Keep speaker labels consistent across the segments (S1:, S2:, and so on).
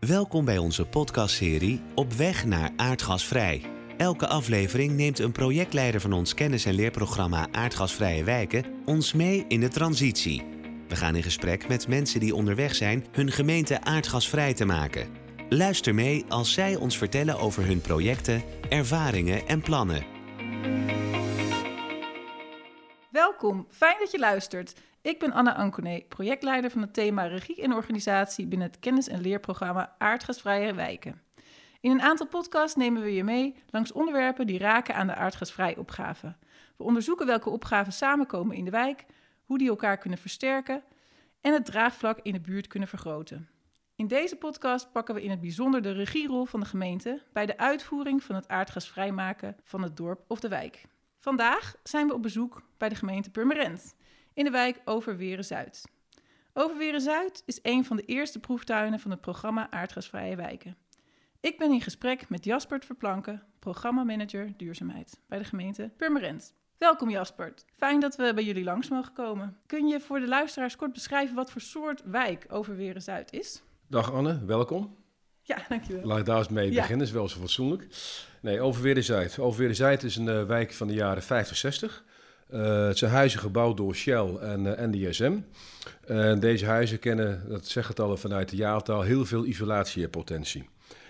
S1: Welkom bij onze podcastserie Op weg naar aardgasvrij. Elke aflevering neemt een projectleider van ons kennis- en leerprogramma Aardgasvrije Wijken ons mee in de transitie. We gaan in gesprek met mensen die onderweg zijn hun gemeente aardgasvrij te maken. Luister mee als zij ons vertellen over hun projecten, ervaringen en plannen.
S2: Welkom, fijn dat je luistert. Ik ben Anna Anconé, projectleider van het thema Regie en Organisatie binnen het kennis- en leerprogramma Aardgasvrije Wijken. In een aantal podcasts nemen we je mee langs onderwerpen die raken aan de aardgasvrij opgave. We onderzoeken welke opgaven samenkomen in de wijk, hoe die elkaar kunnen versterken en het draagvlak in de buurt kunnen vergroten. In deze podcast pakken we in het bijzonder de regierol van de gemeente bij de uitvoering van het aardgasvrij maken van het dorp of de wijk. Vandaag zijn we op bezoek bij de gemeente Purmerend in de wijk Overweren-Zuid. Overweren-Zuid is een van de eerste proeftuinen van het programma Aardgasvrije Wijken. Ik ben in gesprek met Jaspert Verplanken, programmamanager duurzaamheid bij de gemeente Purmerend. Welkom Jaspert, fijn dat we bij jullie langs mogen komen. Kun je voor de luisteraars kort beschrijven wat voor soort wijk Overweren-Zuid is?
S3: Dag Anne, welkom.
S2: Ja, dankjewel.
S3: Laat ik daar eens mee beginnen, is wel zo fatsoenlijk. Nee, Overweren-Zuid. Overweren-Zuid is een wijk van de jaren 50, 60. Het zijn huizen gebouwd door Shell en DSM. Deze huizen kennen, dat zegt het al vanuit de jaartaal, heel veel isolatiepotentie.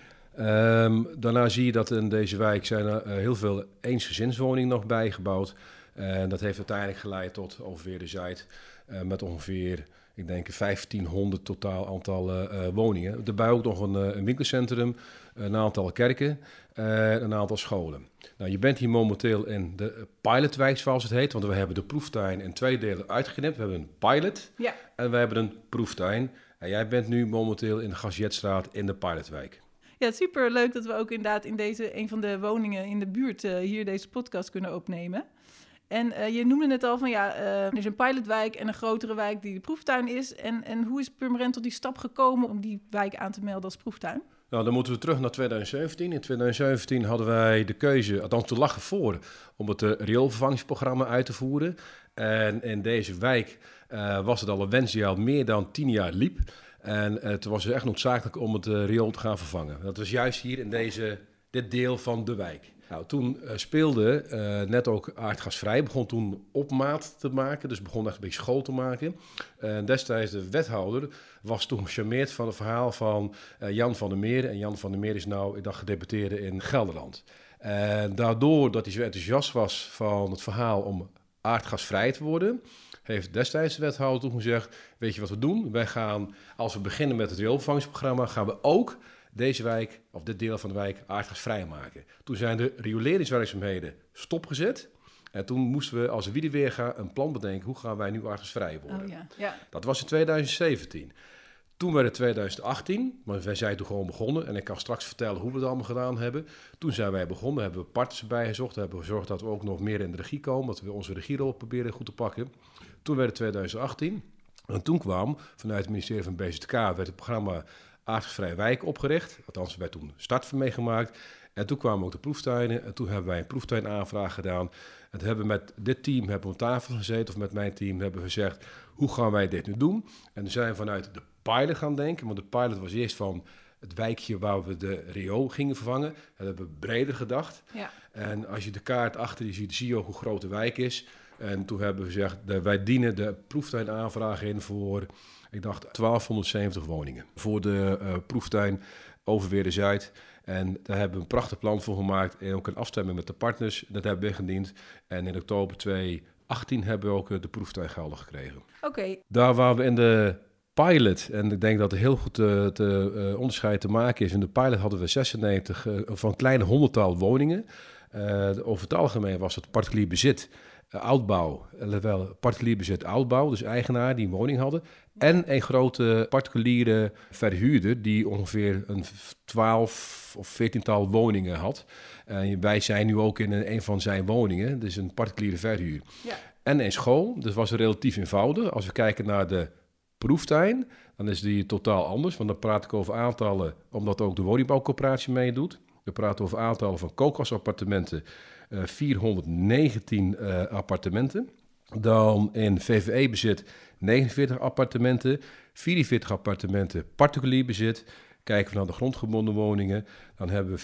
S3: Daarna zie je dat in deze wijk zijn er heel veel eensgezinswoningen nog bijgebouwd. En dat heeft uiteindelijk geleid tot Overweren-Zuid met ongeveer, ik denk 1500 totaal aantal woningen. Daarbij ook nog een winkelcentrum, een aantal kerken en een aantal scholen. Nou, je bent hier momenteel in de pilotwijk, zoals het heet, want we hebben de proeftuin in twee delen uitgeknipt. We hebben een pilot en we hebben een proeftuin. En jij bent nu momenteel in de Gasjetstraat in de pilotwijk.
S2: Ja, super leuk dat we ook inderdaad in deze een van de woningen in de buurt hier deze podcast kunnen opnemen. En je noemde net al van er is een pilotwijk en een grotere wijk die de proeftuin is. En hoe is Purmerend tot die stap gekomen om die wijk aan te melden als proeftuin?
S3: Nou, dan moeten we terug naar 2017. In 2017 hadden wij de keuze, althans toen lag voor, om het rioolvervangingsprogramma uit te voeren. En in deze wijk was het al een wens die al meer dan 10 jaar liep. En het was echt noodzakelijk om het riool te gaan vervangen. Dat was juist hier in dit deel van de wijk. Nou, toen speelde net ook aardgasvrij, begon toen op maat te maken, dus begon echt een beetje school te maken. Destijds de wethouder was toen gecharmeerd van het verhaal van Jan van der Meer. En Jan van der Meer is nou, ik dacht, gedeputeerde in Gelderland. En daardoor dat hij zo enthousiast was van het verhaal om aardgasvrij te worden, heeft destijds de wethouder toen gezegd, weet je wat we doen? Wij gaan, als we beginnen met het rioolvervangingsprogramma, gaan we ook deze wijk, of dit deel van de wijk, aardgasvrij maken. Toen zijn de rioleringswerkzaamheden stopgezet. En toen moesten we als Wiedeweerga een plan bedenken, hoe gaan wij nu aardgasvrij worden?
S2: Oh, ja.
S3: Dat was in 2017. Toen werd het 2018, maar wij zijn toen gewoon begonnen. En ik kan straks vertellen hoe we het allemaal gedaan hebben. Toen zijn wij begonnen, hebben we partners erbij gezocht. Hebben we gezorgd dat we ook nog meer in de regie komen. Dat we onze regierol proberen goed te pakken. Toen werd het 2018. En toen kwam vanuit het ministerie van BZK werd het programma Aardgasvrije Wijk opgericht. Althans, er werd toen start van meegemaakt. En toen kwamen ook de proeftuinen. En toen hebben wij een proeftuinaanvraag gedaan. En toen hebben we met dit team hebben we aan tafel gezeten, of met mijn team, hebben we gezegd, hoe gaan wij dit nu doen? En toen zijn we vanuit de pilot gaan denken. Want de pilot was eerst van het wijkje waar we de riool gingen vervangen. Dat hebben we breder gedacht. Ja. En als je de kaart achter je ziet, zie je ook hoe groot de wijk is. En toen hebben we gezegd, wij dienen de proeftuinaanvraag in voor, ik dacht, 1270 woningen. Voor de proeftuin Overweren-Zuid. En daar hebben we een prachtig plan voor gemaakt. En ook een afstemming met de partners. Dat hebben we ingediend. En in oktober 2018 hebben we ook de proeftuingelden gekregen.
S2: Oké.
S3: Daar waar we in de pilot, en ik denk dat er heel goed onderscheid te maken is. In de pilot hadden we 96 van kleine 100-tal woningen. Over het algemeen was het particulier bezit. Oudbouw, wel particulier bezit oudbouw, dus eigenaar die een woning hadden. En een grote particuliere verhuurder die ongeveer een 12 of 14-tal woningen had. Wij zijn nu ook in een van zijn woningen, dus een particuliere verhuur. Ja. En een school, dus was relatief eenvoudig. Als we kijken naar de proeftuin, dan is die totaal anders. Want dan praat ik over aantallen, omdat ook de woningbouwcoöperatie meedoet. We praten over aantallen van koolgasappartementen. 419 appartementen. Dan in VVE-bezit 49 appartementen, 44 appartementen particulier bezit Kijken we naar de grondgebonden woningen, dan hebben we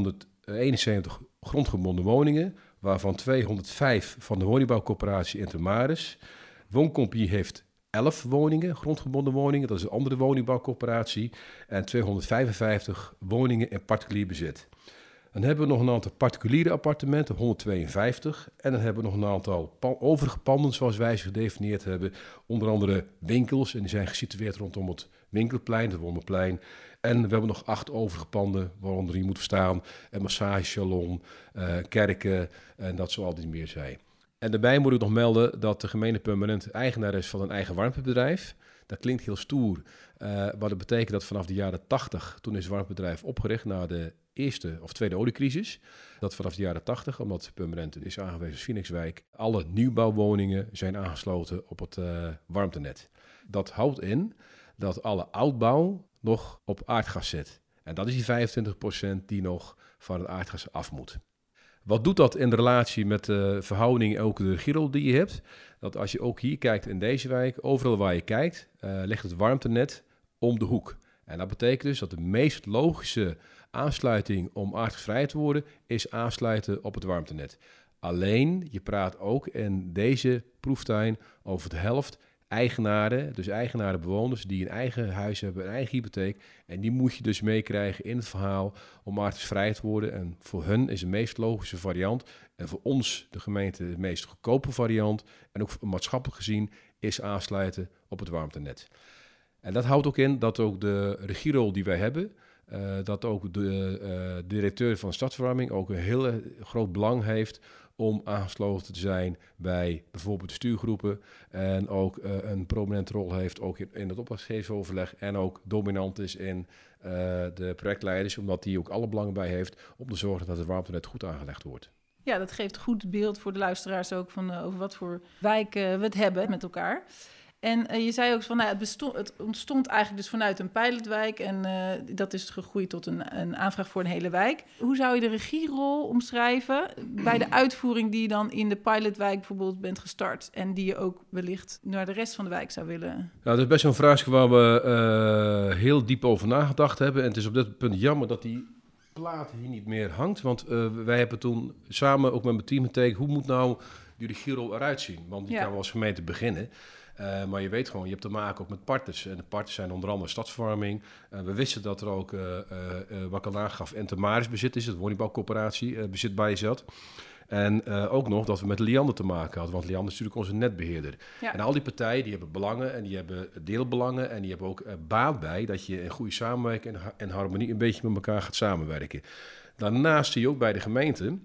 S3: 471 grondgebonden woningen, waarvan 205 van de woningbouwcorporatie Intermaris. Wooncompagnie heeft 11 woningen, grondgebonden woningen, dat is een andere woningbouwcorporatie, en 255 woningen in particulier bezit. Dan hebben we nog een aantal particuliere appartementen, 152. En dan hebben we nog een aantal overige panden, zoals wij ze gedefinieerd hebben. Onder andere winkels, en die zijn gesitueerd rondom het Winkelplein, het Wommerplein. En we hebben nog 8 overige panden, waaronder je moet verstaan een massagesalon, kerken en dat zo al die meer zijn. En daarbij moet ik nog melden dat de gemeente Purmerend eigenaar is van een eigen warmtebedrijf. Dat klinkt heel stoer, maar dat betekent dat vanaf de jaren 80, toen is het warmtebedrijf opgericht na de eerste of tweede oliecrisis, dat vanaf de jaren 80, omdat Purmerend is aangewezen als Phoenixwijk, alle nieuwbouwwoningen zijn aangesloten op het warmtenet. Dat houdt in dat alle oudbouw nog op aardgas zit. En dat is die 25% die nog van het aardgas af moet. Wat doet dat in relatie met de verhouding, ook de regierol die je hebt? Dat als je ook hier kijkt in deze wijk, overal waar je kijkt, ligt het warmtenet om de hoek. En dat betekent dus dat de meest logische aansluiting om aardgasvrij te worden, is aansluiten op het warmtenet. Alleen, je praat ook in deze proeftuin over de helft eigenaren, dus eigenaren, bewoners die een eigen huis hebben, een eigen hypotheek. En die moet je dus meekrijgen in het verhaal om aardgasvrij te worden. En voor hun is de meest logische variant. En voor ons, de gemeente, de meest goedkope variant. En ook maatschappelijk gezien is aansluiten op het warmtenet. En dat houdt ook in dat ook de regierol die wij hebben, dat ook de directeur van de stadsverwarming ook een heel groot belang heeft om aangesloten te zijn bij bijvoorbeeld de stuurgroepen en ook een prominente rol heeft ook in het opdrachtgeversoverleg en ook dominant is in de projectleiders, omdat die ook alle belangen bij heeft om te zorgen dat het warmtenet goed aangelegd wordt.
S2: Ja, dat geeft goed beeld voor de luisteraars ook van over wat voor wijken we het hebben met elkaar. En je zei ook van, het ontstond eigenlijk dus vanuit een pilotwijk en dat is gegroeid tot een aanvraag voor een hele wijk. Hoe zou je de regierol omschrijven bij de uitvoering die je dan in de pilotwijk bijvoorbeeld bent gestart en die je ook wellicht naar de rest van de wijk zou willen?
S3: Nou, dat is best een vraag waar we heel diep over nagedacht hebben en het is op dit punt jammer dat die plaat hier niet meer hangt, want wij hebben toen samen ook met mijn team gekeken, hoe moet nou die regierol eruit zien? Want die kan wel als gemeente beginnen. Maar je weet gewoon, je hebt te maken ook met partners. En de partners zijn onder andere stadsverwarming. We wisten dat er ook, wat ik al aangaf, Intermaris bezit is, het woningbouwcorporatie, bezit bij zat. En ook nog dat we met Liander te maken hadden, want Liander is natuurlijk onze netbeheerder. Ja. En al die partijen die hebben belangen en die hebben deelbelangen en die hebben ook baat bij dat je in goede samenwerking en harmonie een beetje met elkaar gaat samenwerken. Daarnaast zie je ook bij de gemeente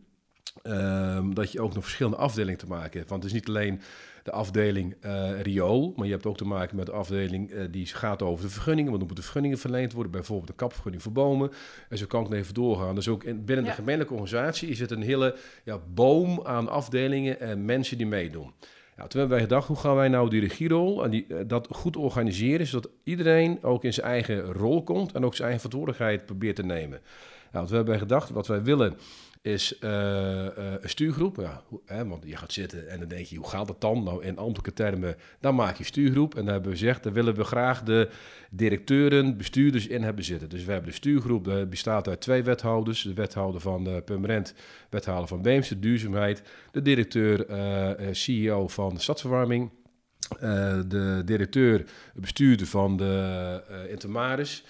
S3: dat je ook nog verschillende afdelingen te maken hebt. Want het is niet alleen de afdeling riool, maar je hebt ook te maken met de afdeling die gaat over de vergunningen. Want dan moeten vergunningen verleend worden, bijvoorbeeld de kapvergunning voor bomen. En zo kan ik nog even doorgaan. Dus ook binnen de gemeentelijke organisatie is het een hele boom aan afdelingen en mensen die meedoen. Ja, toen hebben wij gedacht, hoe gaan wij nou die regierol en dat goed organiseren, zodat iedereen ook in zijn eigen rol komt en ook zijn eigen verantwoordelijkheid probeert te nemen. Nou, toen hebben wij gedacht, wat wij willen is een stuurgroep. Ja, want je gaat zitten en dan denk je, hoe gaat het dan? Nou, in ambtelijke termen, dan maak je stuurgroep. En dan hebben we gezegd, daar willen we graag de directeuren, bestuurders in hebben zitten. Dus we hebben de stuurgroep, die bestaat uit 2 wethouders. De wethouder van Purmerend, wethouder van Beemster, duurzaamheid. De directeur, CEO van de stadsverwarming. De directeur, bestuurder van de Intermaris.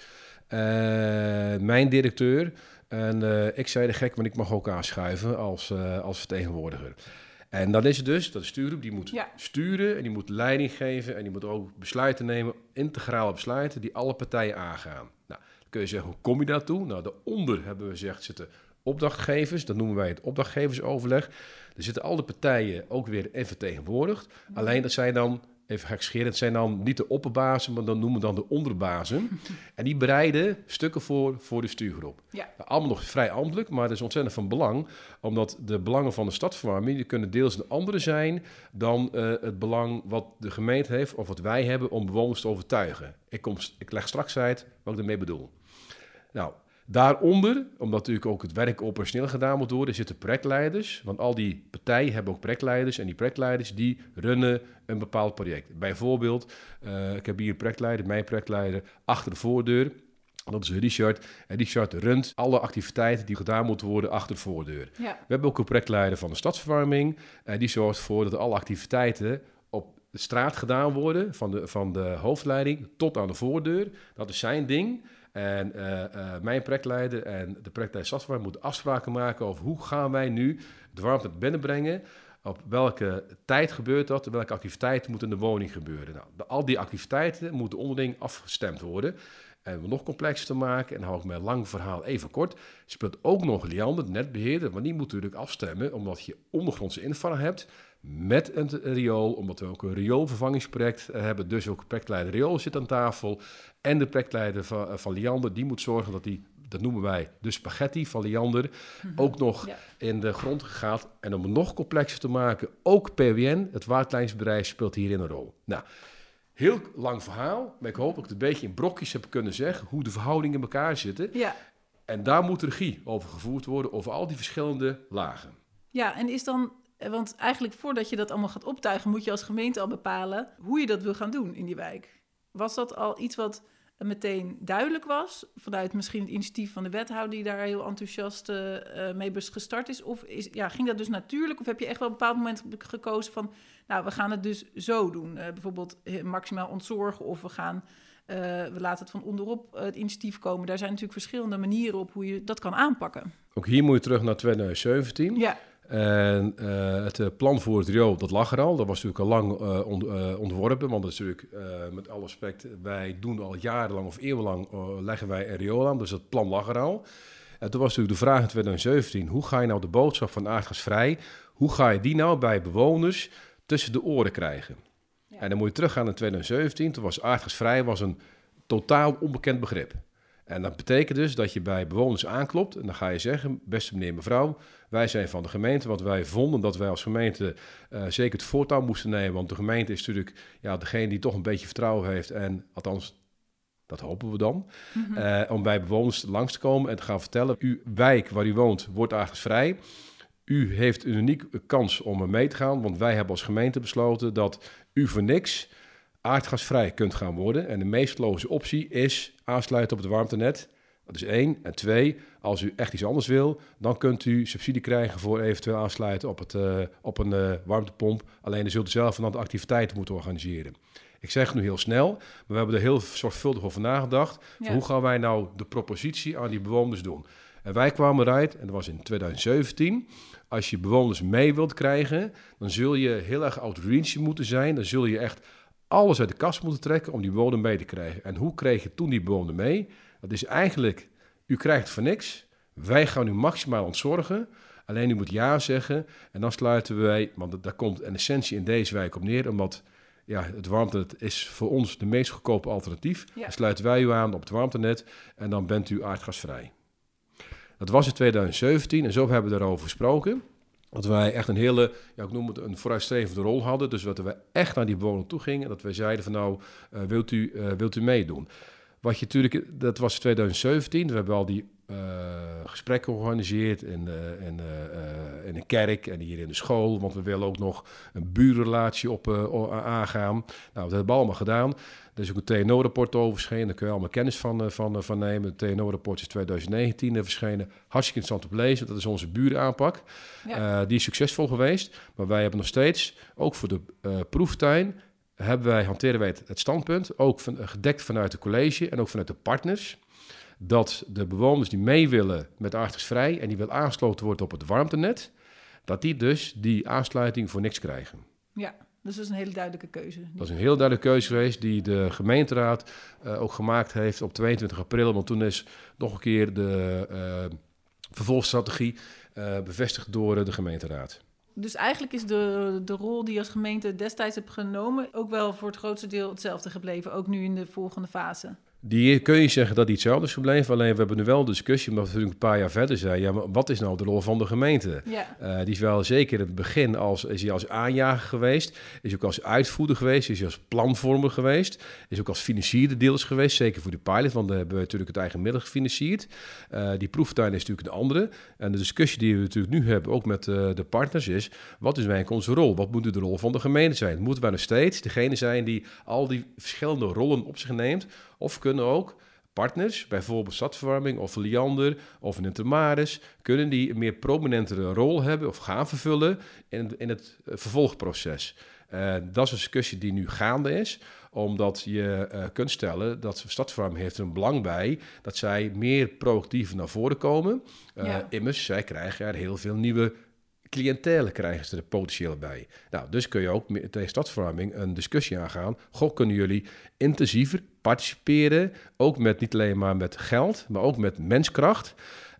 S3: Mijn directeur. En ik zei de gek, want ik mag ook aanschuiven als vertegenwoordiger. En dan is het dus dat de stuurgroep die moet sturen en die moet leiding geven en die moet ook besluiten nemen, integrale besluiten die alle partijen aangaan. Nou, dan kun je zeggen, hoe kom je daartoe? Nou, daaronder hebben we gezegd zitten opdrachtgevers, dat noemen wij het opdrachtgeversoverleg. Er zitten alle partijen ook weer in vertegenwoordigd. Alleen dat zijn dan, even gekscherend, zijn dan niet de opperbazen, maar dan noemen we dan de onderbazen. En die bereiden stukken voor de stuurgroep. Ja. Nou, allemaal nog vrij ambtelijk, maar dat is ontzettend van belang. Omdat de belangen van de stadsverwarming, die kunnen deels een andere zijn dan het belang wat de gemeente heeft of wat wij hebben om bewoners te overtuigen. Ik leg straks uit wat ik ermee bedoel. Nou, daaronder, omdat natuurlijk ook het werk operationeel gedaan moet worden, zitten projectleiders. Want al die partijen hebben ook projectleiders. En die projectleiders die runnen een bepaald project. Bijvoorbeeld, ik heb hier een projectleider, mijn projectleider, achter de voordeur. Dat is Richard. En Richard runt alle activiteiten die gedaan moeten worden achter de voordeur.
S2: Ja.
S3: We hebben ook een projectleider van de stadsverwarming. En die zorgt ervoor dat alle activiteiten op de straat gedaan worden. Van de hoofdleiding tot aan de voordeur. Dat is zijn ding. En mijn projectleider en de projectleider stadsverwarming moeten afspraken maken over hoe gaan wij nu de warmte binnenbrengen. Op welke tijd gebeurt dat? Welke activiteiten moeten in de woning gebeuren? Nou, al die activiteiten moeten onderling afgestemd worden. En om nog complexer te maken, en dan hou ik mijn lang verhaal even kort, speelt ook nog Liander, de netbeheerder, want die moet natuurlijk afstemmen, omdat je ondergrondse invallen hebt met een riool, omdat we ook een rioolvervangingsproject hebben, dus ook projectleider riool zit aan tafel. En de projectleider van Liander, die moet zorgen dat die, dat noemen wij de spaghetti van Liander, ook nog in de grond gaat. En om het nog complexer te maken, ook PWN, het waterleidingsbedrijf, speelt hierin een rol. Nou, heel lang verhaal, maar ik hoop dat ik het een beetje in brokjes heb kunnen zeggen hoe de verhoudingen in elkaar zitten.
S2: Ja.
S3: En daar moet regie over gevoerd worden, over al die verschillende lagen.
S2: Ja, en is dan, want eigenlijk voordat je dat allemaal gaat optuigen, moet je als gemeente al bepalen hoe je dat wil gaan doen in die wijk. Was dat al iets wat meteen duidelijk was, vanuit misschien het initiatief van de wethouder die daar heel enthousiast mee gestart is? Of ging dat dus natuurlijk? Of heb je echt wel op een bepaald moment gekozen van, nou, we gaan het dus zo doen. Bijvoorbeeld maximaal ontzorgen of we laten het van onderop het initiatief komen. Daar zijn natuurlijk verschillende manieren op hoe je dat kan aanpakken.
S3: Ook hier moet je terug naar 2017.
S2: Ja.
S3: En het plan voor het riool, dat lag er al. Dat was natuurlijk al lang ontworpen. Want dat is natuurlijk, met alle respect, wij doen al jarenlang of eeuwenlang leggen wij een riool aan. Dus dat plan lag er al. En toen was natuurlijk de vraag in 2017, hoe ga je nou de boodschap van aardgasvrij, hoe ga je die nou bij bewoners tussen de oren krijgen? Ja. En dan moet je teruggaan in 2017. Toen was aardgasvrij een totaal onbekend begrip. En dat betekent dus dat je bij bewoners aanklopt en dan ga je zeggen, beste meneer, mevrouw, wij zijn van de gemeente, want wij vonden dat wij als gemeente zeker het voortouw moesten nemen, want de gemeente is natuurlijk degene die toch een beetje vertrouwen heeft en althans, dat hopen we dan, om bij bewoners langs te komen en te gaan vertellen, uw wijk waar u woont wordt aardgasvrij. U heeft een unieke kans om er mee te gaan, want wij hebben als gemeente besloten dat u voor niks aardgasvrij kunt gaan worden. En de meest logische optie is aansluiten op het warmtenet. Dat is 1. En 2, als u echt iets anders wil, dan kunt u subsidie krijgen voor eventueel aansluiten op een warmtepomp. Alleen dan zult u zelf een aantal activiteiten moeten organiseren. Ik zeg het nu heel snel, maar we hebben er heel zorgvuldig over nagedacht. Ja. Hoe gaan wij nou de propositie aan die bewoners doen? En wij kwamen eruit, en dat was in 2017... Als je bewoners mee wilt krijgen, dan zul je heel erg outreach moeten zijn. Dan zul je echt alles uit de kast moeten trekken om die bewoner mee te krijgen. En hoe kreeg je toen die bewoner mee? Dat is eigenlijk, u krijgt het voor niks. Wij gaan u maximaal ontzorgen. Alleen u moet ja zeggen. En dan sluiten wij, want daar komt een essentie in deze wijk op neer. Omdat het warmtenet is voor ons de meest goedkope alternatief. Ja. Dan sluiten wij u aan op het warmtenet en dan bent u aardgasvrij. Dat was in 2017 en zo hebben we daarover gesproken. Dat wij echt een hele, ik noem het een vooruitstrevende rol hadden. Dus dat we echt naar die bewoner toe gingen. En dat wij zeiden van nou, wilt u meedoen? Wat je natuurlijk, dat was 2017. We hebben al die gesprekken georganiseerd in een kerk en hier in de school. Want we willen ook nog een buurrelatie aangaan. Nou, dat hebben we allemaal gedaan. Er is ook een TNO-rapport over verschenen. Daar kun je allemaal kennis van nemen. Het TNO-rapport is 2019 verschenen. Hartstikke interessant om te lezen. Dat is onze burenaanpak. Ja. Die is succesvol geweest. Maar wij hebben nog steeds, ook voor de proeftuin, hanteren wij het standpunt, ook gedekt vanuit het college en ook vanuit de partners, dat de bewoners die mee willen met aardgasvrij en die wil aangesloten worden op het warmtenet, dat die dus die aansluiting voor niks krijgen.
S2: Ja, dus dat is een hele duidelijke keuze.
S3: Dat is een heel duidelijke keuze geweest die de gemeenteraad ook gemaakt heeft op 22 april. Want toen is nog een keer de vervolgstrategie bevestigd door de gemeenteraad.
S2: Dus eigenlijk is de rol die je als gemeente destijds hebt genomen ook wel voor het grootste deel hetzelfde gebleven, ook nu in de volgende fase.
S3: Die kun je zeggen dat die hetzelfde is gebleven. Alleen we hebben nu wel een discussie, omdat we natuurlijk een paar jaar verder zijn. Ja, maar wat is nou de rol van de gemeente? Ja. Die is wel zeker in het begin is hij als aanjager geweest. Is ook als uitvoerder geweest. Is hij als planvormer geweest. Is ook als financierder deels geweest. Zeker voor de pilot, want daar hebben we natuurlijk het eigen middel gefinancierd. Die proeftuin is natuurlijk een andere. En de discussie die we natuurlijk nu hebben, ook met de partners, is: wat is eigenlijk onze rol? Wat moet de rol van de gemeente zijn? Moeten wij nog steeds degene zijn die al die verschillende rollen op zich neemt? Of kunnen ook partners, bijvoorbeeld Stadverwarming of Liander of een Intermaris, kunnen die een meer prominentere rol hebben of gaan vervullen in het vervolgproces. Dat is een discussie die nu gaande is, omdat je kunt stellen dat Stadverwarming heeft er een belang bij dat zij meer proactief naar voren komen. Immers, zij krijgen er heel veel nieuwe cliëntelen krijgen ze er potentieel bij. Nou, dus kun je ook tegen Stadverwarming een discussie aangaan. Goh, kunnen jullie intensiever participeren, ook met niet alleen maar met geld, maar ook met menskracht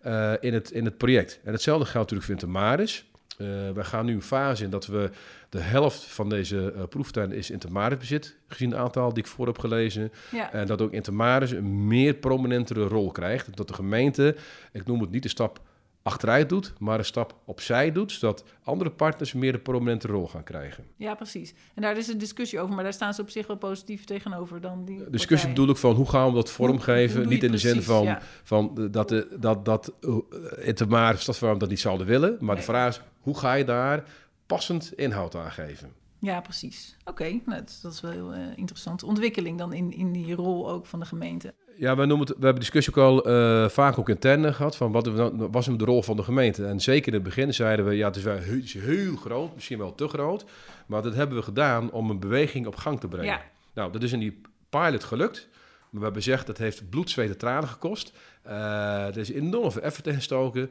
S3: in het project. En hetzelfde geldt natuurlijk voor Intermaris. We gaan nu een fase in dat we de helft van deze proeftuin is Intermaris bezit, gezien het aantal die ik voor heb gelezen.
S2: Ja.
S3: En dat ook Intermaris een meer prominentere rol krijgt. Dat de gemeente, ik noem het niet de stap achteruit doet, maar een stap opzij doet, zodat andere partners meer een prominente rol gaan krijgen.
S2: Ja, precies. En daar is een discussie over, maar daar staan ze op zich wel positief tegenover dan die
S3: Discussie
S2: partijen.
S3: bedoel ik van hoe gaan we dat vormgeven?
S2: Hoe
S3: Niet in de zin
S2: precies,
S3: van dat Intermaris of Stadverwarming dat niet zouden willen, maar de vraag is, hoe ga je daar passend inhoud aan geven?
S2: Ja, precies. Oké, nou, dat is wel heel interessante ontwikkeling dan in die rol ook van de gemeente.
S3: Ja, we hebben de discussie ook al vaak ook intern gehad van wat was de rol van de gemeente. En zeker in het begin zeiden we, ja, het is heel groot, misschien wel te groot. Maar dat hebben we gedaan om een beweging op gang te brengen.
S2: Ja.
S3: Nou, dat is in die pilot gelukt. Maar we hebben gezegd, dat heeft bloed, zweet en tranen gekost. Er is enorm veel effort in gestoken.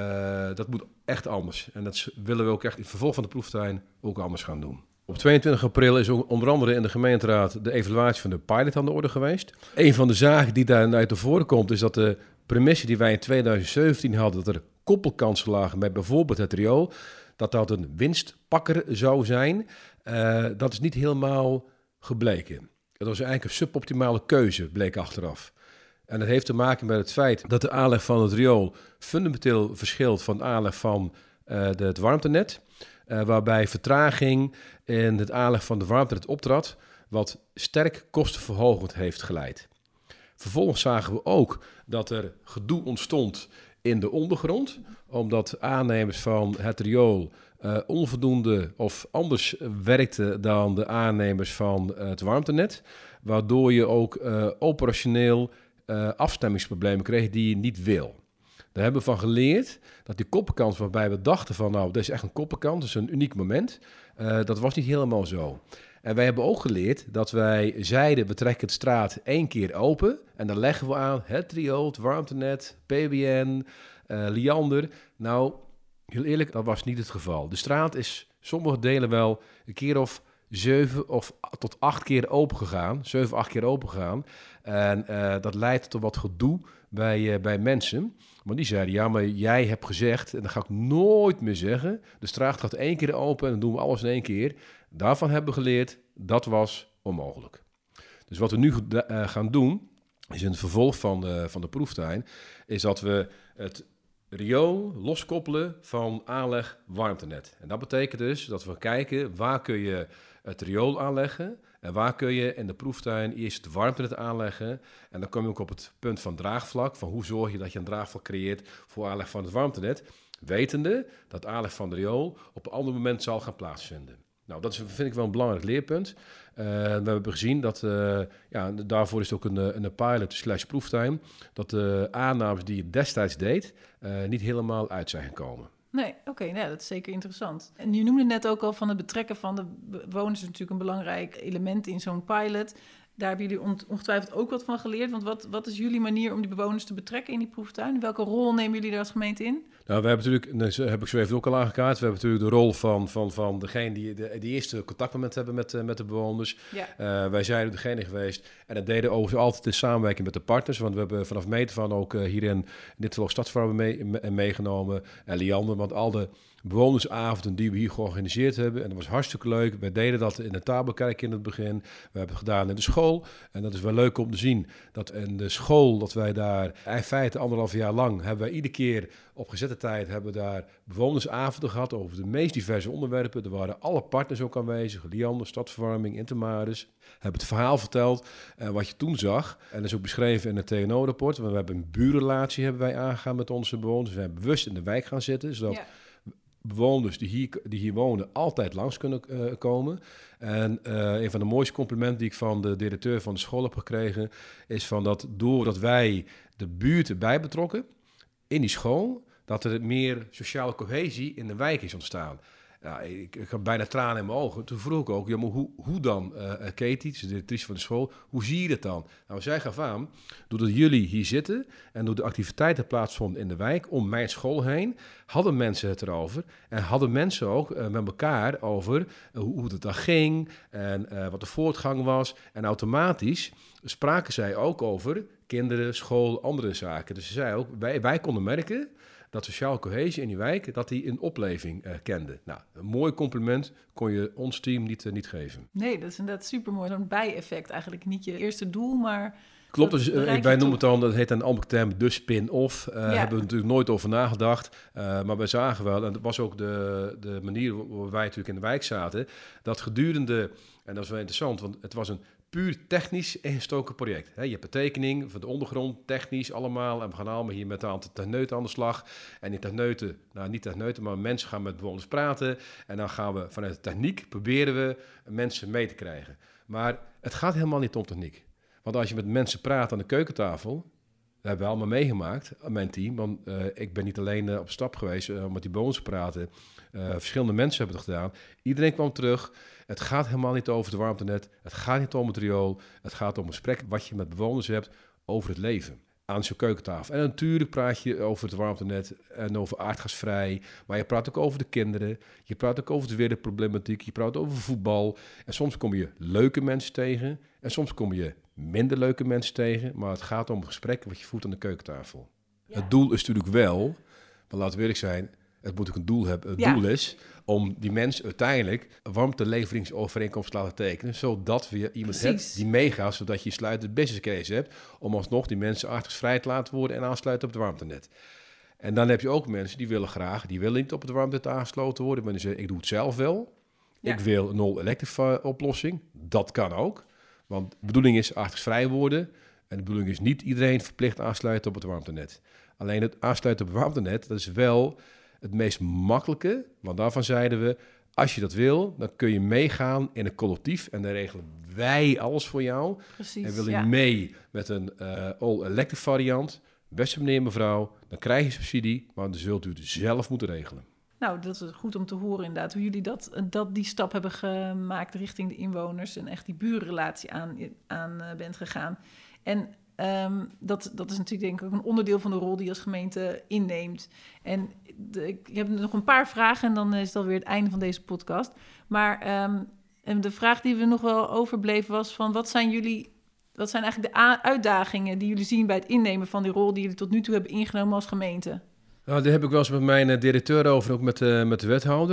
S3: Dat moet echt anders. En dat willen we ook echt in het vervolg van de proeftuin ook anders gaan doen. Op 22 april is onder andere in de gemeenteraad de evaluatie van de pilot aan de orde geweest. Een van de zaken die daar naar voren komt is dat de premisse die wij in 2017 hadden, dat er koppelkansen lagen bij bijvoorbeeld het riool, dat een winstpakker zou zijn. Dat is niet helemaal gebleken. Dat was eigenlijk een suboptimale keuze, bleek achteraf. En dat heeft te maken met het feit dat de aanleg van het riool fundamenteel verschilt van de aanleg van het warmtenet. Waarbij vertraging in het aanleg van de warmtenet optrad, wat sterk kostenverhogend heeft geleid. Vervolgens zagen we ook dat er gedoe ontstond in de ondergrond, omdat aannemers van het riool onvoldoende of anders werkten dan de aannemers van het warmtenet, waardoor je ook operationeel afstemmingsproblemen kreeg die je niet wil. Daar hebben we van geleerd dat die koppenkans waarbij we dachten van nou, dit is echt een koppenkans, dat is een uniek moment. Dat was niet helemaal zo. En wij hebben ook geleerd dat wij zeiden, we trekken de straat 1 keer open en dan leggen we aan het riool, het warmtenet, PBN, Liander. Nou, heel eerlijk, dat was niet het geval. De straat is sommige delen wel een keer of 7 of tot 8 keer open gegaan. 7, 8 keer open gegaan. En dat leidt tot wat gedoe bij mensen. Maar die zeiden, ja, maar jij hebt gezegd, en dat ga ik nooit meer zeggen, de straat gaat 1 keer open en dan doen we alles in 1 keer. Daarvan hebben we geleerd, dat was onmogelijk. Dus wat we nu gaan doen, is in het vervolg van de proeftuin, is dat we het riool loskoppelen van aanleg warmtenet. En dat betekent dus dat we kijken, waar kun je het riool aanleggen en waar kun je in de proeftuin eerst het warmtenet aanleggen. En dan kom je ook op het punt van draagvlak, van hoe zorg je dat je een draagvlak creëert voor aanleg van het warmtenet, wetende dat aanleg van de riool op een ander moment zal gaan plaatsvinden. Nou, dat vind ik wel een belangrijk leerpunt. We hebben gezien dat, daarvoor is het ook een pilot / proeftuin, dat de aannames die je destijds deed, niet helemaal uit zijn gekomen.
S2: Nee, oké, dat is zeker interessant. En je noemde net ook al van het betrekken van de bewoners, is natuurlijk een belangrijk element in zo'n pilot. Daar hebben jullie ongetwijfeld ook wat van geleerd. Want wat is jullie manier om die bewoners te betrekken in die proeftuin? Welke rol nemen jullie daar als gemeente in?
S3: Nou, we hebben natuurlijk, dat heb ik zo even ook al aangekaart, we hebben natuurlijk de rol van degene die eerste contactmoment hebben met de bewoners. Ja. Wij zijn degene geweest en dat deden overigens altijd in samenwerking met de partners. Want we hebben vanaf meet van ook hierin in dit geval Stadverwarming meegenomen en Liander, want al de bewonersavonden die we hier georganiseerd hebben. En dat was hartstikke leuk. Wij deden dat in de Tabelkerk in het begin. We hebben het gedaan in de school. En dat is wel leuk om te zien dat in de school, dat wij daar in feite 1,5 jaar lang, hebben wij iedere keer op gezette tijd hebben we daar bewonersavonden gehad over de meest diverse onderwerpen. Er waren alle partners ook aanwezig. Liander, Stadverwarming, Intermaris. Hebben het verhaal verteld wat je toen zag. En dat is ook beschreven in het TNO-rapport. Want we hebben een buurrelatie hebben wij aangegaan met onze bewoners. We zijn bewust in de wijk gaan zitten, zodat bewoners die hier wonen altijd langs kunnen komen. En een van de mooiste complimenten die ik van de directeur van de school heb gekregen, is van dat doordat wij de buurt erbij betrokken in die school, dat er meer sociale cohesie in de wijk is ontstaan. Ja, ik had bijna tranen in mijn ogen. Toen vroeg ik ook, ja, maar hoe dan, Katie, de directrice van de school, hoe zie je dat dan? Nou, zij gaf aan, doordat jullie hier zitten en door de activiteiten plaatsvonden in de wijk, om mijn school heen, hadden mensen het erover. En hadden mensen ook met elkaar over hoe het dan ging en wat de voortgang was. En automatisch spraken zij ook over kinderen, school, andere zaken. Dus ze zei ook, wij konden merken dat sociale cohesie in die wijk, dat die een opleving kende. Nou, een mooi compliment kon je ons team niet geven.
S2: Nee, dat is inderdaad supermooi. Zo'n bijeffect eigenlijk. Niet je eerste doel, maar...
S3: Klopt, dus wij noemen het dan, dat heet een andere term, de spin-off. Hebben we natuurlijk nooit over nagedacht. Maar wij zagen wel, en dat was ook de manier waarop wij natuurlijk in de wijk zaten, dat gedurende, en dat is wel interessant, want het was een puur technisch ingestoken project. Je hebt een tekening van de ondergrond, technisch allemaal. En we gaan allemaal hier met een aantal techneuten aan de slag. En die techneuten, niet techneuten, maar mensen gaan met bewoners praten. En dan gaan we vanuit de techniek, proberen we mensen mee te krijgen. Maar het gaat helemaal niet om techniek. Want als je met mensen praat aan de keukentafel, dat hebben we allemaal meegemaakt, mijn team. Want ik ben niet alleen op stap geweest om met die bewoners te praten. Verschillende mensen hebben het gedaan. Iedereen kwam terug. Het gaat helemaal niet over het warmtenet. Het gaat niet om het riool. Het gaat om een gesprek wat je met bewoners hebt over het leven aan zo'n keukentafel. En natuurlijk praat je over het warmtenet en over aardgasvrij. Maar je praat ook over de kinderen. Je praat ook over de wereldproblematiek. Je praat over voetbal. En soms kom je leuke mensen tegen. En soms kom je minder leuke mensen tegen. Maar het gaat om het gesprek wat je voert aan de keukentafel. Ja. Het doel is natuurlijk wel, maar laten we eerlijk zijn, het moet ook een doel hebben. Het doel is om die mensen uiteindelijk een warmteleveringovereenkomst te laten tekenen, zodat we iemand hebt die meegaat, zodat je sluitend business case hebt, om alsnog die mensen aardgasvrij te laten worden en aansluiten op het warmtenet. En dan heb je ook mensen die willen niet op het warmtenet aangesloten worden, maar die zeggen, ik doe het zelf wel. Ja. Ik wil een no-electric oplossing. Dat kan ook. Want de bedoeling is aardgasvrij worden. En de bedoeling is niet iedereen verplicht aansluiten op het warmtenet. Alleen het aansluiten op het warmtenet, dat is wel het meest makkelijke. Want daarvan zeiden we, als je dat wil, dan kun je meegaan in een collectief. En dan regelen wij alles voor jou.
S2: Precies,
S3: en wil je mee met een all-electric variant, beste meneer, mevrouw, dan krijg je subsidie. Maar dan zult u het zelf moeten regelen.
S2: Nou, dat is goed om te horen inderdaad, hoe jullie die stap hebben gemaakt richting de inwoners en echt die buurrelatie aan bent gegaan. En dat is natuurlijk denk ik ook een onderdeel van de rol die je als gemeente inneemt. En ik heb nog een paar vragen en dan is het alweer het einde van deze podcast. Maar en de vraag die we nog wel overbleef was van wat zijn eigenlijk de uitdagingen die jullie zien bij het innemen van die rol die jullie tot nu toe hebben ingenomen als gemeente?
S3: Nou, daar heb ik wel eens met mijn directeur over, ook met de wethouder.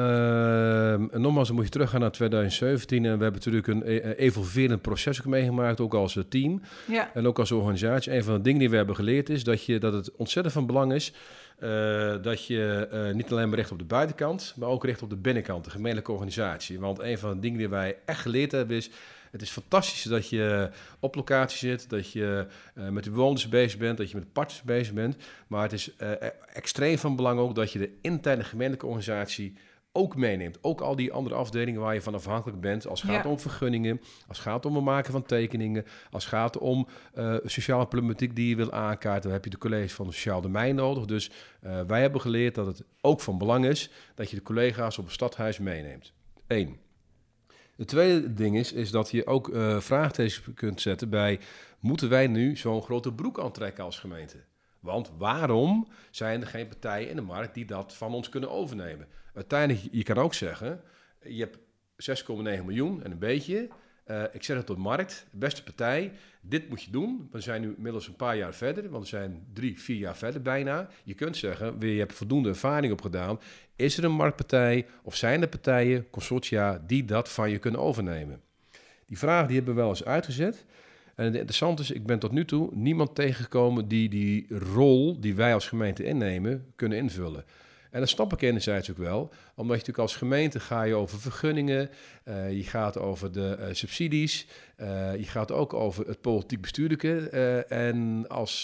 S3: En nogmaals, dan moet je teruggaan naar 2017. En we hebben natuurlijk een evolverend proces ook meegemaakt, ook als team. Ja. En ook als organisatie. Een van de dingen die we hebben geleerd is dat het ontzettend van belang is dat je niet alleen maar richt op de buitenkant, maar ook richt op de binnenkant, de gemeentelijke organisatie. Want een van de dingen die wij echt geleerd hebben is, het is fantastisch dat je op locatie zit, dat je met de bewoners bezig bent, dat je met de partners bezig bent. Maar het is extreem van belang ook dat je de interne gemeentelijke organisatie ook meeneemt. Ook al die andere afdelingen waar je van afhankelijk bent. Als het gaat om vergunningen, als het gaat om het maken van tekeningen, als het gaat om sociale problematiek die je wil aankaarten. Dan heb je de collega's van het sociaal domein nodig. Dus wij hebben geleerd dat het ook van belang is dat je de collega's op het stadhuis meeneemt. 1. Het tweede ding is dat je ook vraagtekens kunt zetten bij, moeten wij nu zo'n grote broek aantrekken als gemeente? Want waarom zijn er geen partijen in de markt die dat van ons kunnen overnemen? Uiteindelijk, je kan ook zeggen, je hebt 6,9 miljoen en een beetje. Ik zet het op de markt, beste partij, dit moet je doen. We zijn nu inmiddels een paar jaar verder, want we zijn 3-4 jaar verder bijna. Je kunt zeggen, je hebt voldoende ervaring opgedaan. Is er een marktpartij of zijn er partijen, consortia, die dat van je kunnen overnemen? Die vraag die hebben we wel eens uitgezet. En het interessante is, ik ben tot nu toe niemand tegengekomen die rol die wij als gemeente innemen, kunnen invullen. En dat snap ik enerzijds ook wel, omdat je natuurlijk als gemeente ga je over vergunningen, je gaat over de subsidies, je gaat ook over het politiek bestuurlijke. En als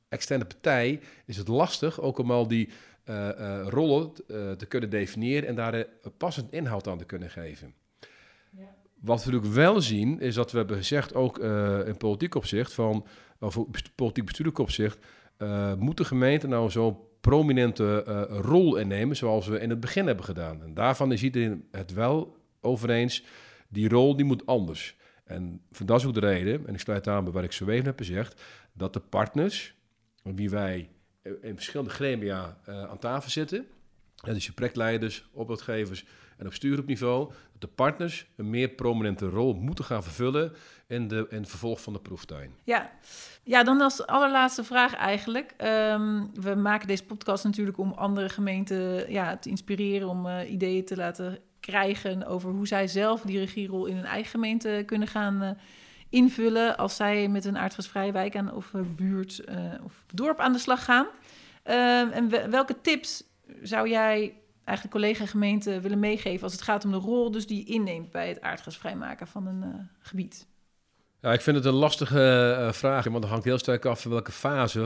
S3: externe partij is het lastig ook om al die rollen te kunnen definiëren en daar passend inhoud aan te kunnen geven. Ja. Wat we natuurlijk wel zien, is dat we hebben gezegd, ook in politiek opzicht, of politiek bestuurlijk opzicht, moet de gemeente nou zo'n prominente rol innemen, zoals we in het begin hebben gedaan. En daarvan is iedereen het wel over eens, die rol die moet anders. En dat is ook de reden, en ik sluit aan bij wat ik zo even heb gezegd, dat de partners, wie wij in verschillende gremia aan tafel zitten, dus je projectleiders, opdrachtgevers en op stuurgroepniveau, dat de partners een meer prominente rol moeten gaan vervullen in het vervolg van de proeftuin.
S2: Ja, dan als allerlaatste vraag eigenlijk. We maken deze podcast natuurlijk om andere gemeenten te inspireren, om ideeën te laten krijgen over hoe zij zelf die regierol in hun eigen gemeente kunnen gaan invullen als zij met een aardgasvrije wijk of buurt of dorp aan de slag gaan. En welke tips zou jij eigenlijk collega-gemeenten willen meegeven als het gaat om de rol dus die je inneemt bij het aardgasvrij maken van een gebied?
S3: Ja, ik vind het een lastige vraag, want het hangt heel sterk af van welke fase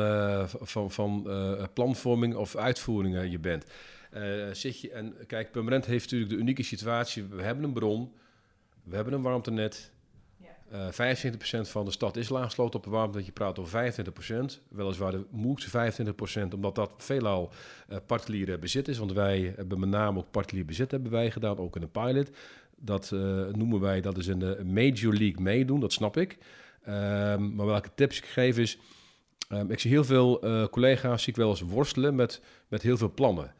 S3: van planvorming of uitvoering je bent. Kijk, Purmerend heeft natuurlijk de unieke situatie, we hebben een bron, we hebben een warmtenet. 25% van de stad is aangesloten op de warmte. Je praat over 25%. Weliswaar de moeilijkste 25%, omdat dat veelal particulier bezit is. Want wij hebben met name ook particulier bezit hebben wij gedaan, ook in een pilot. Dat noemen wij, dat is in de Major League meedoen, dat snap ik. Maar welke tips ik geef is, ik zie heel veel collega's, zie ik wel eens worstelen met heel veel plannen.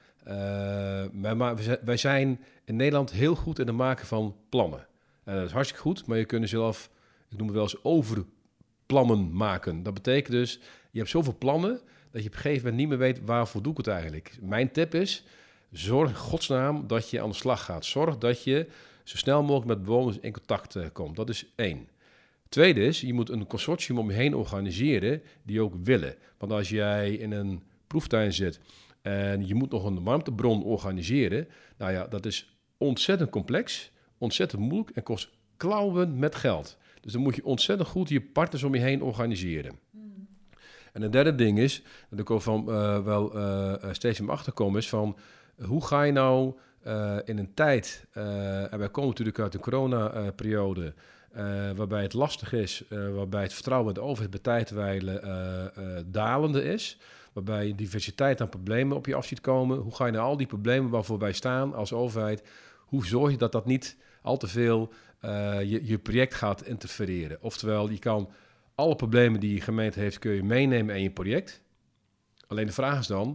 S3: Maar wij zijn in Nederland heel goed in het maken van plannen. Dat is hartstikke goed, maar je kunt zelf, ik noem het wel eens, overplannen maken. Dat betekent dus, je hebt zoveel plannen dat je op een gegeven moment niet meer weet waarvoor doe ik het eigenlijk. Mijn tip is, zorg in godsnaam dat je aan de slag gaat. Zorg dat je zo snel mogelijk met bewoners in contact komt. Dat is 1. Tweede is, je moet een consortium om je heen organiseren die ook willen. Want als jij in een proeftuin zit en je moet nog een warmtebron organiseren, nou ja, dat is ontzettend complex, ontzettend moeilijk en kost klauwen met geld. Dus dan moet je ontzettend goed je partners om je heen organiseren. En een derde ding is, dat ik ook van steeds in achterkom, is van hoe ga je nou in een tijd, en wij komen natuurlijk uit de corona-periode, waarbij het lastig is, waarbij het vertrouwen in de overheid bij tijdwijlen dalende is, waarbij diversiteit aan problemen op je af ziet komen. Hoe ga je nou al die problemen waarvoor wij staan als overheid, hoe zorg je dat dat niet al te veel je project gaat interfereren? Oftewel, je kan alle problemen die je gemeente heeft, kun je meenemen in je project. Alleen de vraag is dan,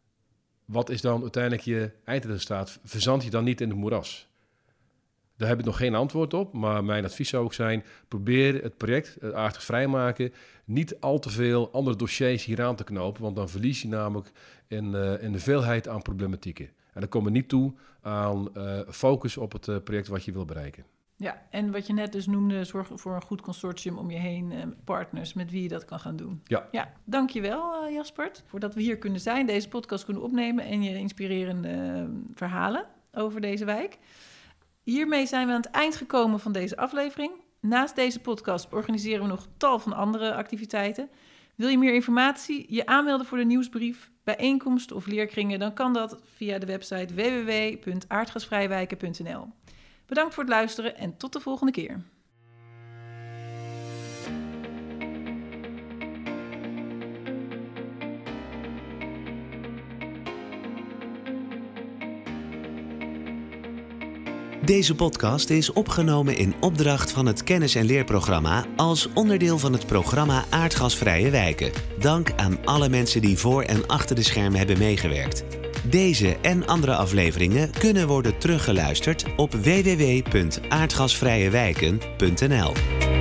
S3: wat is dan uiteindelijk je eindresultaat? Verzand je dan niet in het moeras? Daar heb ik nog geen antwoord op, maar mijn advies zou ook zijn, probeer het project, het aardgasvrij maken, niet al te veel andere dossiers hieraan te knopen, want dan verlies je namelijk in de veelheid aan problematieken. En dan komen we niet toe aan focus op het project wat je wil bereiken.
S2: Ja, en wat je net dus noemde, zorg voor een goed consortium om je heen, partners met wie je dat kan gaan doen. Ja, dankjewel Jaspert, voordat we hier kunnen zijn, deze podcast kunnen opnemen en je inspirerende verhalen over deze wijk. Hiermee zijn we aan het eind gekomen van deze aflevering. Naast deze podcast organiseren we nog tal van andere activiteiten. Wil je meer informatie, je aanmelden voor de nieuwsbrief, bijeenkomst of leerkringen, dan kan dat via de website www.aardgasvrijwijken.nl. Bedankt voor het luisteren en tot de volgende keer.
S1: Deze podcast is opgenomen in opdracht van het kennis- en leerprogramma als onderdeel van het programma Aardgasvrije Wijken. Dank aan alle mensen die voor en achter de schermen hebben meegewerkt. Deze en andere afleveringen kunnen worden teruggeluisterd op www.aardgasvrijewijken.nl.